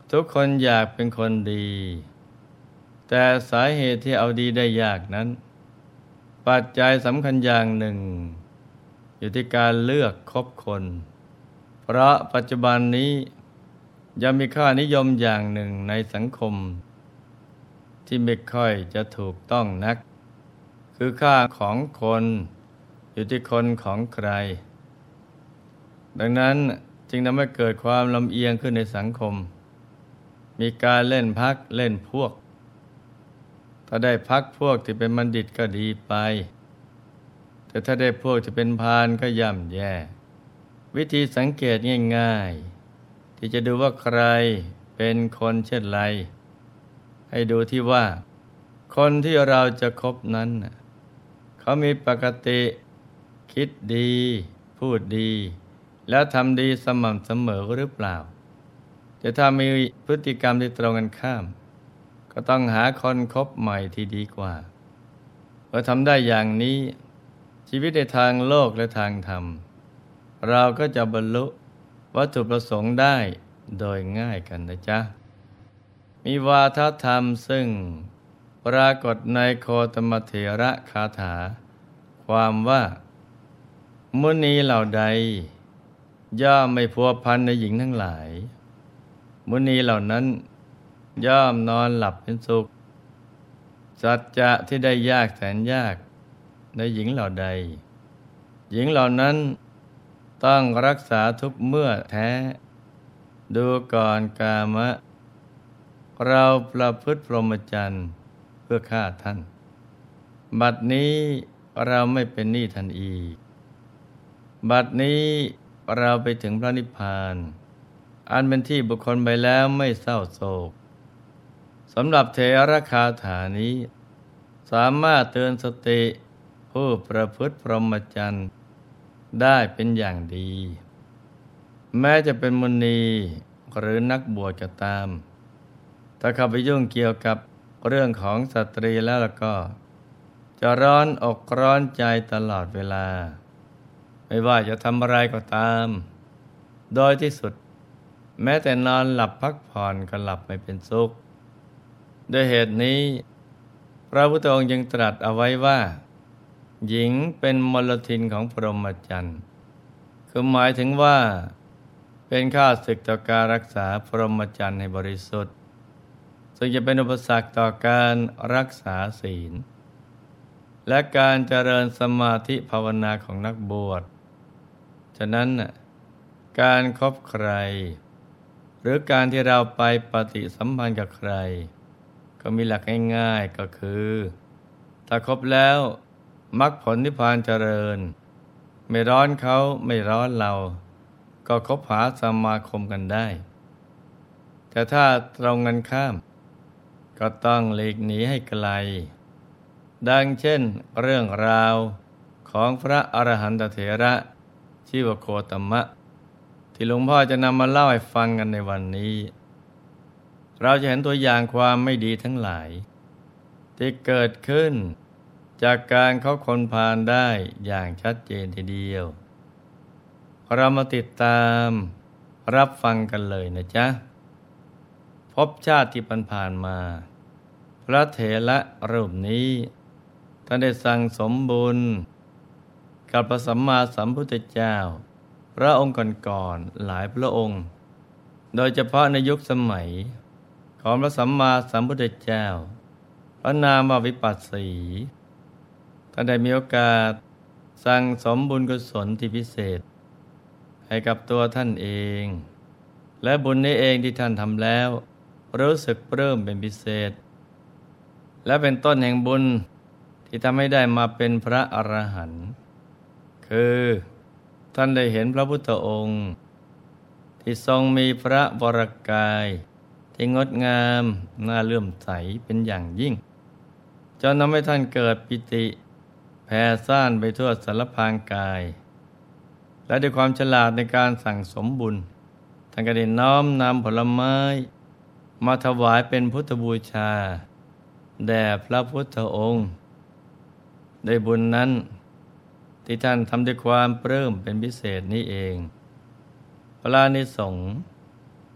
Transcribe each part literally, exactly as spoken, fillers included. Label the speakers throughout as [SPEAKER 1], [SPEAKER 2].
[SPEAKER 1] ทุกคนอยากเป็นคนดี แต่สาเหตุที่เอาดีได้ยากนั้นปัจจัยสำคัญอย่างหนึ่งอยู่ที่การเลือกคบคน เพราะปัจจุบันนี้ยังมีค่านิยมอย่างหนึ่งในสังคมที่ไม่ค่อยจะถูกต้องนัก คือค่าของคนอยู่ที่คนของใคร ดังนั้นจึงทำให้เกิดความลำเอียงขึ้นในสังคม มีการเล่นพรรคเล่นพวก ถ้าได้พรรคพวกที่เป็นบัณฑิตก็ดีไป แต่ถ้าได้พวกที่เป็นพาลก็ย่ำแย่ วิธีสังเกตง่ายๆที่จะดูว่าใครเป็นคนเช่นไร ให้ดูที่ว่าคนที่เราจะคบนั้นเขามีปกติคิดดีพูดดีแล้วทำดีสม่ำเสมอหรือเปล่าแต่ถ้ามีพฤติกรรมที่ตรงกันข้ามก็ต้องหาคนคบใหม่ที่ดีกว่าเมื่อทำได้อย่างนี้ชีวิตในทางโลกและทางธรรมเราก็จะบรรลุวัตถุประสงค์ได้โดยง่ายกันนะจ๊ะมีวาทธรรมซึ่งปรากฏในโคตมเถระคาถาความว่ามุนีเหล่าใดย่อมไม่พัวพันในหญิงทั้งหลายมุนีเหล่านั้นย่อมนอนหลับเป็นสุขสัจจะที่ได้ยากแสนยากในหญิงเหล่าใดหญิงเหล่านั้นต้องรักษาทุกเมื่อแท้ดูก่อนกามะเราประพฤติพรหมจรรย์เพื่อฆ่าท่านบัดนี้เราไม่เป็นหนี้ท่านอีกบัดนี้เราไปถึงพระนิพพานอันเป็นที่บุคคลไปแล้วไม่เศร้าโศกสำหรับเถระคาถานี้สามารถเตือนสติผู้ประพฤติพรหมจรรย์ได้เป็นอย่างดีแม้จะเป็นมุนีหรือนักบวชก็ตามถ้าเข้าไปยุ่งเกี่ยวกับเรื่องของสตรีแล้วล่ะก็จะร้อนอกร้อนใจตลอดเวลาไม่ว่าจะทำอะไรก็ตามโดยที่สุดแม้แต่นอนหลับพักผ่อนก็หลับไม่เป็นสุขด้วยเหตุนี้พระพุทธองค์ยังตรัสเอาไว้ว่าหญิงเป็นมลทินของพรหมจรรย์คือหมายถึงว่าเป็นข้าศึกต่อการรักษาพรหมจรรย์ให้บริสุทธิ์ซึ่งจะเป็นอุปสรรคต่อการรักษาศีลและการเจริญสมาธิภาวนาของนักบวชฉะนั้นการคบใครหรือการที่เราไปปฏิสัมพันธ์กับใครก็มีหลักง่ายๆก็คือถ้าคบแล้วมรรคผลนิพพานเจริญไม่ร้อนเขาไม่ร้อนเราก็คบหาสมาคมกันได้แต่ถ้าตรงกันข้ามก็ต้องหลีกหนีให้ไกลดังเช่นเรื่องราวของพระอรหันตเถระชื่อว่าโคตมะที่หลวงพ่อจะนำมาเล่าให้ฟังกันในวันนี้เราจะเห็นตัวอย่างความไม่ดีทั้งหลายที่เกิดขึ้นจากการเข้าคนพาลได้อย่างชัดเจนทีเดียวเรามาติดตามรับฟังกันเลยนะจ๊ะพบชาติที่ผ่านมาพระเถระรูปนี้ท่านได้สั่งสมบุญกับพระสัมมาสัมพุทธเจ้าพระองค์ก่อนๆหลายพระองค์โดยเฉพาะในยุคสมัยของพระสัมมาสัมพุทธเจ้าพระนามว่าวิปัสสีท่านได้มีโอกาสสั่งสมบุญกุศลที่พิเศษให้กับตัวท่านเองและบุญนี้เองที่ท่านทำแล้วรู้สึกปลื้มเป็นพิเศษและเป็นต้นแห่งบุญที่ทำให้ได้มาเป็นพระอรหันต์คือท่านได้เห็นพระพุทธองค์ที่ทรงมีพระวรกายที่งดงามน่าเลื่อมใสเป็นอย่างยิ่งจนทำให้ท่านเกิดปิติแผ่ซ่านไปทั่วสารพางกายและด้วยความฉลาดในการสั่งสมบุญท่านก็ได้น้อมนำผลไม้มาถวายเป็นพุทธบูชาแด่พระพุทธองค์ได้บุญนั้นที่ท่านทำด้วยความปลื้มเป็นพิเศษนี้เองพระอานิสงส์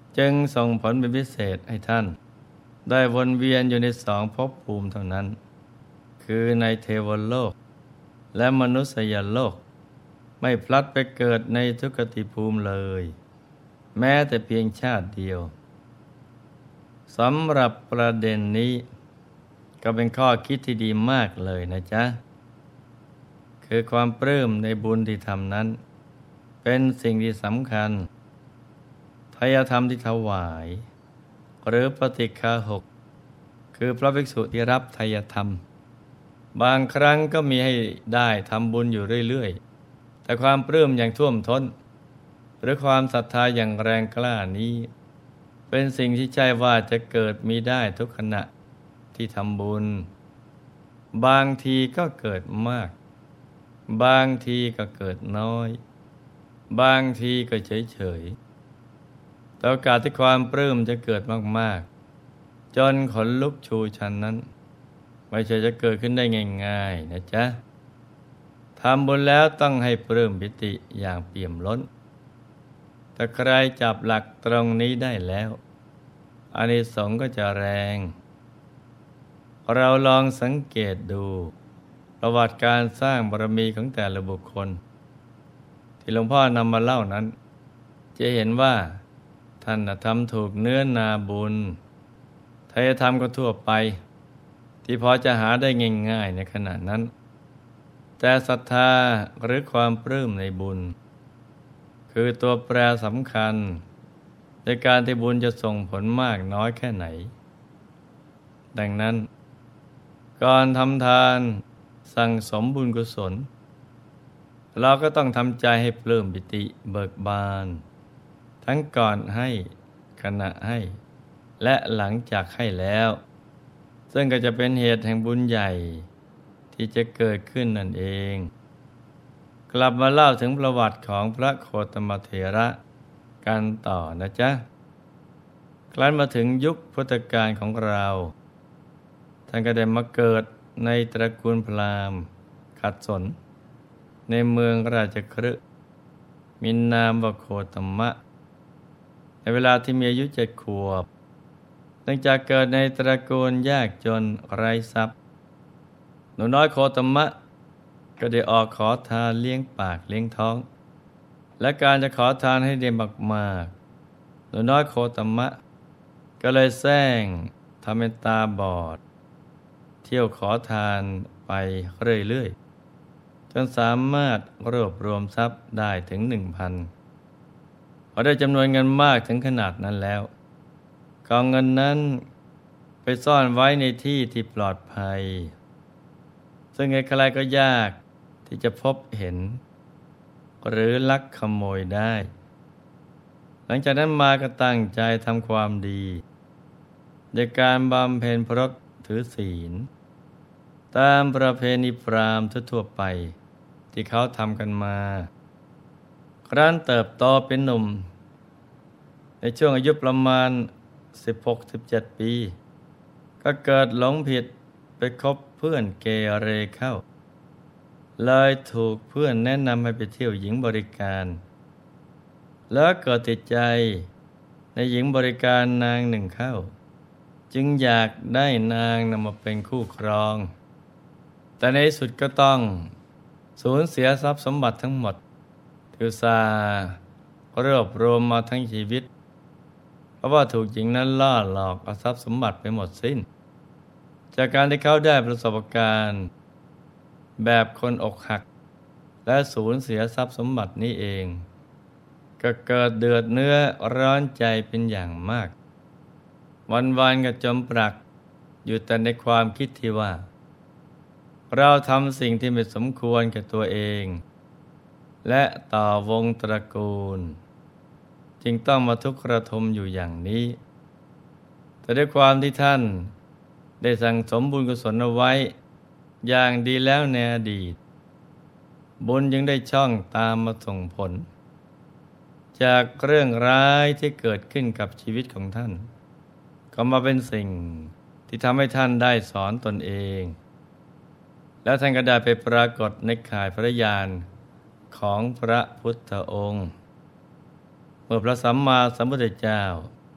[SPEAKER 1] จึงส่งผลเป็นพิเศษให้ท่านได้วนเวียนอยู่ในสองภพภูมิเท่านั้นคือในเทวโลกและมนุษยโลกไม่พลัดไปเกิดในทุกติภูมิเลยแม้แต่เพียงชาติเดียวสำหรับประเด็นนี้ก็เป็นข้อคิดที่ดีมากเลยนะจ๊ะคือความปลื้มในบุญที่ทำนั้นเป็นสิ่งที่สำคัญทายธรรมที่ถวายหรือปฏิฆาหกคือพระภิกษุที่รับทายธรรมบางครั้งก็มีให้ได้ทำบุญอยู่เรื่อยๆแต่ความปลื้มอย่างท่วมท้นหรือความศรัทธาอย่างแรงกล้านี้เป็นสิ่งที่ใช่ว่าจะเกิดมีได้ทุกขณะที่ทำบุญบางทีก็เกิดมากบางทีก็เกิดน้อยบางทีก็เฉยๆแต่โอกาสที่ความปลื้มจะเกิดมากๆจนขนลุกชูชันนั้นไม่ใช่จะเกิดขึ้นได้ง่ายๆนะจ๊ะทำบุญแล้วต้องให้ปลื้มปิติอย่างเปี่ยมล้นถ้าใครจับหลักตรงนี้ได้แล้วอานิสงส์ก็จะแรงเราลองสังเกตดูประวัติการสร้างบารมีของแต่ละบุคคลที่หลวงพ่อนำมาเล่านั้นจะเห็นว่าท่านทำถูกเนื้อนาบุญทายธรรมก็ทั่วไปที่พอจะหาได้ง่ายๆในขณะนั้นแต่ศรัทธาหรือความปลื้มในบุญคือตัวแปรสำคัญในการที่บุญจะส่งผลมากน้อยแค่ไหนดังนั้นก่อนทำทานสั่งสมบุญกุศลเราก็ต้องทำใจให้ปลื้มปิติเบิกบานทั้งก่อนให้ขณะให้และหลังจากให้แล้วซึ่งก็จะเป็นเหตุแห่งบุญใหญ่ที่จะเกิดขึ้นนั่นเองกลับมาเล่าถึงประวัติของพระโคตมเถระกันต่อนะจ๊ะครั้นมาถึงยุคพุทธกาลของเราท่านก็ได้มาเกิดในตระกูลพราหมณ์ขัดสนในเมืองราชคฤห์มีนามว่าโคตมะในเวลาที่มีอายุเจ็ดขวบเนื่องจากเกิดในตระกูลยากจนไร้ทรัพย์หนูน้อยโคตมะก็ได้ออกขอทานเลี้ยงปากเลี้ยงท้องและการจะขอทานให้ได้มากๆหนูน้อยโคตมะก็เลยแซงทำเป็นตาบอดเที่ยวขอทานไปเรื่อยๆจนสามารถรวบรวมทรัพย์ได้ถึงหนึ่งพันพอได้จำนวนเงินมากถึงขนาดนั้นแล้วก็เอาเงินนั้นไปซ่อนไว้ในที่ที่ปลอดภัยซึ่งใครๆก็ยากที่จะพบเห็นหรือลักขโมยได้หลังจากนั้นมาก็ตั้งใจทำความดีโดยการบำเพ็ญพรตถือศีลตามประเพณีพราหมณ์ทั่วๆไปที่เขาทำกันมาครั้นเติบโตเป็นหนุ่มในช่วงอายุประมาณ สิบหกถึงสิบเจ็ด ปีก็เกิดหลงผิดไปคบเพื่อนเกเรเข้าเลยถูกเพื่อนแนะนำให้ไปเที่ยวหญิงบริการแล้วเกิดติดใจในหญิงบริการนางหนึ่งเข้าจึงอยากได้นางนำมาเป็นคู่ครองแต่ในที่สุดก็ต้องสูญเสียทรัพย์สมบัติทั้งหมดที่อุตส่าห์รวบรวมมาทั้งชีวิตเพราะว่าถูกหญิงนั้นล่อหลอกเอาทรัพย์สมบัติไปหมดสิ้นจากการที่เขาได้ประสบการณ์แบบคนอกหักและสูญเสียทรัพย์สมบัตินี้เองก็เกิดเดือดเนื้อร้อนใจเป็นอย่างมากวันๆก็จมปลักอยู่แต่ในความคิดที่ว่าเราทำสิ่งที่ไม่สมควรแก่ตัวเองและต่อวงตระกูลจึงต้องมาทุกข์ระทมอยู่อย่างนี้แต่ด้วยความที่ท่านได้สั่งสมบุญกุศลเอาไว้อย่างดีแล้วในอดีตบุญยังได้ช่องตามมาส่งผลจากเรื่องร้ายที่เกิดขึ้นกับชีวิตของท่านก็มาเป็นสิ่งที่ทำให้ท่านได้สอนตนเองแล้วท่านก็ได้ไปปรากฏในข่ายพระญาณของพระพุทธองค์เมื่อพระสัมมาสัมพุทธเจ้า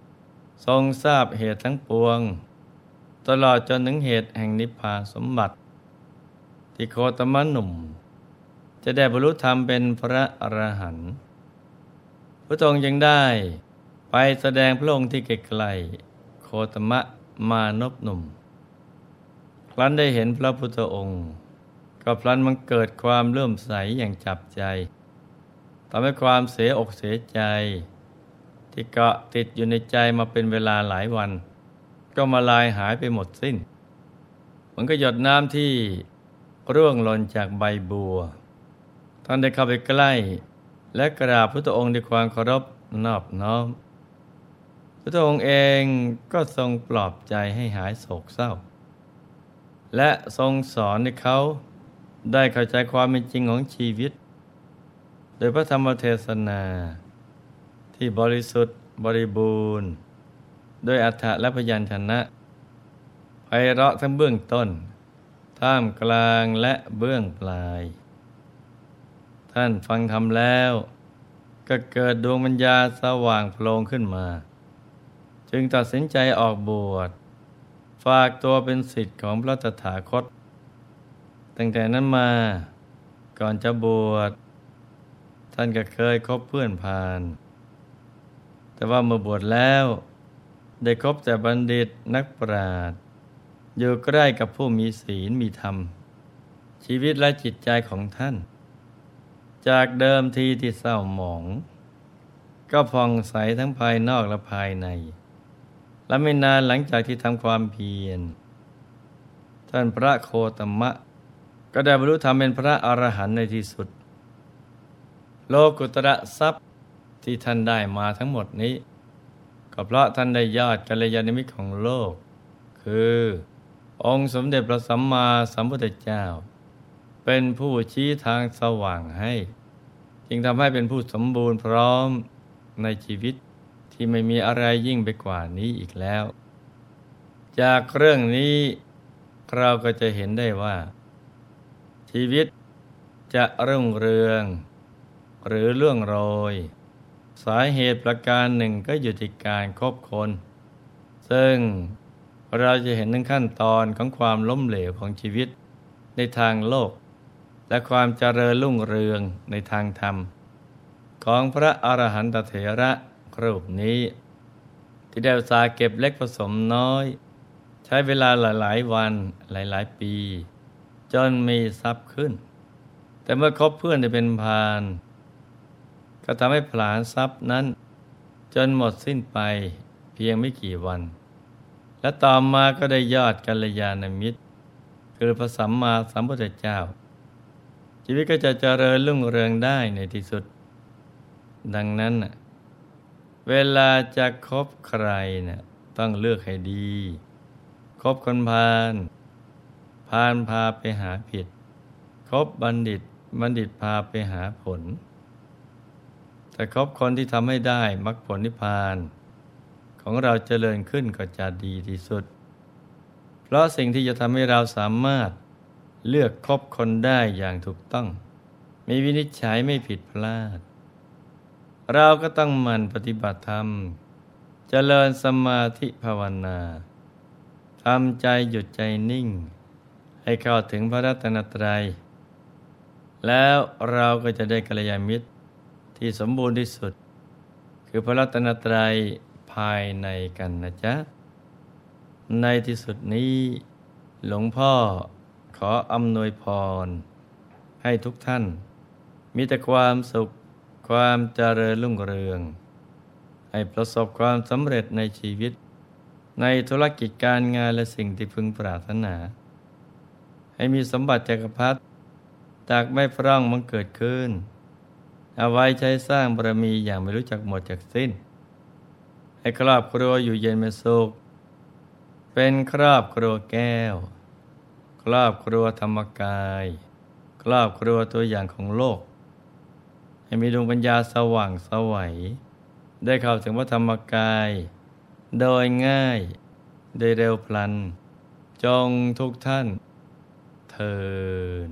[SPEAKER 1] ทรงทราบเหตุทั้งปวงตลอดจนถึงเหตุแห่งนิพพานสมบัติที่โคตมะหนุ่มจะได้บรรลุธรรมเป็นพระอรหันต์พระองค์ยังได้ไปแสดงพระองค์ที่ไกลๆโคตมะมานพหนุ่มครั้นได้เห็นพระพุทธองค์ก็พลันมันเกิดความเลื่อมใสอย่างจับใจทำให้ความเสียอกเสียใจที่เกาะติดอยู่ในใจมาเป็นเวลาหลายวันก็มาลายหายไปหมดสิ้นเหมือนกับหยดน้ำที่ร่วงหล่นจากใบบัวท่านได้เข้าไปใกล้และกราบพระองค์ด้วยความเคารพนอบน้อมพระองค์เองก็ทรงปลอบใจให้หายโศกเศร้าและทรงสอนให้เขาได้เข้าใจความเป็นจริงของชีวิตโดยพระธรรมเทศนาที่บริสุทธิ์บริบูรณ์โดยอรรถะและพยัญชนะไพเราะทั้งเบื้องต้นท่ามกลางและเบื้องปลายท่านฟังธรรมแล้วก็เกิดดวงปัญญาสว่างโพลงขึ้นมาจึงตัดสินใจออกบวชฝากตัวเป็นศิษย์ของพระตถาคตตั้งแต่นั้นมาก่อนจะบวชท่านก็เคยคบเพื่อนพาลแต่ว่าเมื่อบวชแล้วได้คบแต่บัณฑิตนักปราชญ์อยู่ใกล้กับผู้มีศีลมีธรรมชีวิตและจิตใจของท่านจากเดิมทีที่เศร้าหมองก็ผ่องใสทั้งภายนอกและภายในและไม่นานหลังจากที่ทำความเพียรท่านพระโคตมะก็ได้บรรลุธรรมเป็นพระอรหันต์ในที่สุดโลกุตระทรัพย์ที่ท่านได้มาทั้งหมดนี้ก็เพราะท่านได้ยอดกัลยาณมิตรของโลกคือองค์สมเด็จพระสัมมาสัมพุทธเจ้าเป็นผู้ชี้ทางสว่างให้จึงทำให้เป็นผู้สมบูรณ์พร้อมในชีวิตที่ไม่มีอะไรยิ่งไปกว่านี้อีกแล้วจากเรื่องนี้เราก็จะเห็นได้ว่าชีวิตจะรุ่งเรืองหรือล่วงโรยสาเหตุประการหนึ่งก็อยู่ที่การคบคนซึ่งเราจะเห็นถึงขั้นตอนของความล้มเหลวของชีวิตในทางโลกและความเจริญรุ่งเรืองในทางธรรมของพระอรหันตเถระรูปนี้ที่ได้อุตส่าห์เก็บเล็กผสมน้อยใช้เวลาหลายๆวันหลายๆปีจนมีทรัพย์ขึ้นแต่เมื่อคบเพื่อนที่เป็นพาลก็ทำให้ผลาญทรัพย์นั้นจนหมดสิ้นไปเพียงไม่กี่วันและต่อมาก็ได้ยอดกัลยาณมิตรคือพระสัมมาสัมพุทธเจ้าชีวิตก็จะเจริญรุ่งเรืองได้ในที่สุดดังนั้นเวลาจะคบใครเนี่ยต้องเลือกให้ดีคบคนพาลพาลพาไปหาผิดคบบัณฑิตบัณฑิตพาไปหาผลแต่คบคนที่ทำให้ได้มรรคผลนิพพานของเราเจริญขึ้นก็จะดีที่สุดเพราะสิ่งที่จะทำให้เราสามารถเลือกคบคนได้อย่างถูกต้องมีวินิจฉัยไม่ผิดพลาดเราก็ต้องหมั่นปฏิบัติธรรมเจริญสมาธิภาวนาทำใจหยุดใจนิ่งให้เข้าถึงพระรัตนตรัยแล้วเราก็จะได้กัลยาณมิตรที่สมบูรณ์ที่สุดคือพระรัตนตรัยภายในกันนะจ๊ะในที่สุดนี้หลวงพ่อขออำนวยพรให้ทุกท่านมีแต่ความสุขความเจริญรุ่งเรืองให้ประสบความสำเร็จในชีวิตในธุรกิจการงานและสิ่งที่พึงปรารถนาให้มีสมบัติจักรพรรดิจากไม่พร่องมันเกิดขึ้นเอาไว้ใช้สร้างบารมีอย่างไม่รู้จักหมดจากสิ้นให้ครอบครัวอยู่เย็นเป็นสุขเป็นครอบครัวแก้วครอบครัวธรรมกายครอบครัวตัวอย่างของโลกให้มีดวงปัญญาสว่างไสวได้เข้าถึงพระธรรมกายโดยง่ายโดยเร็วพลันจงทุกท่านเทิน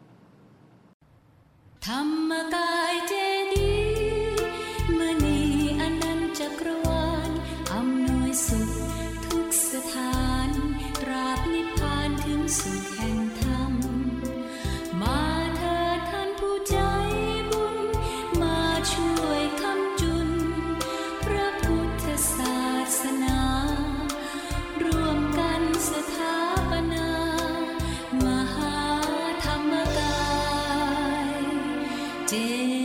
[SPEAKER 2] ธรรมกายเจดีย์มณีอนันต์จักรวาลอำนวย 제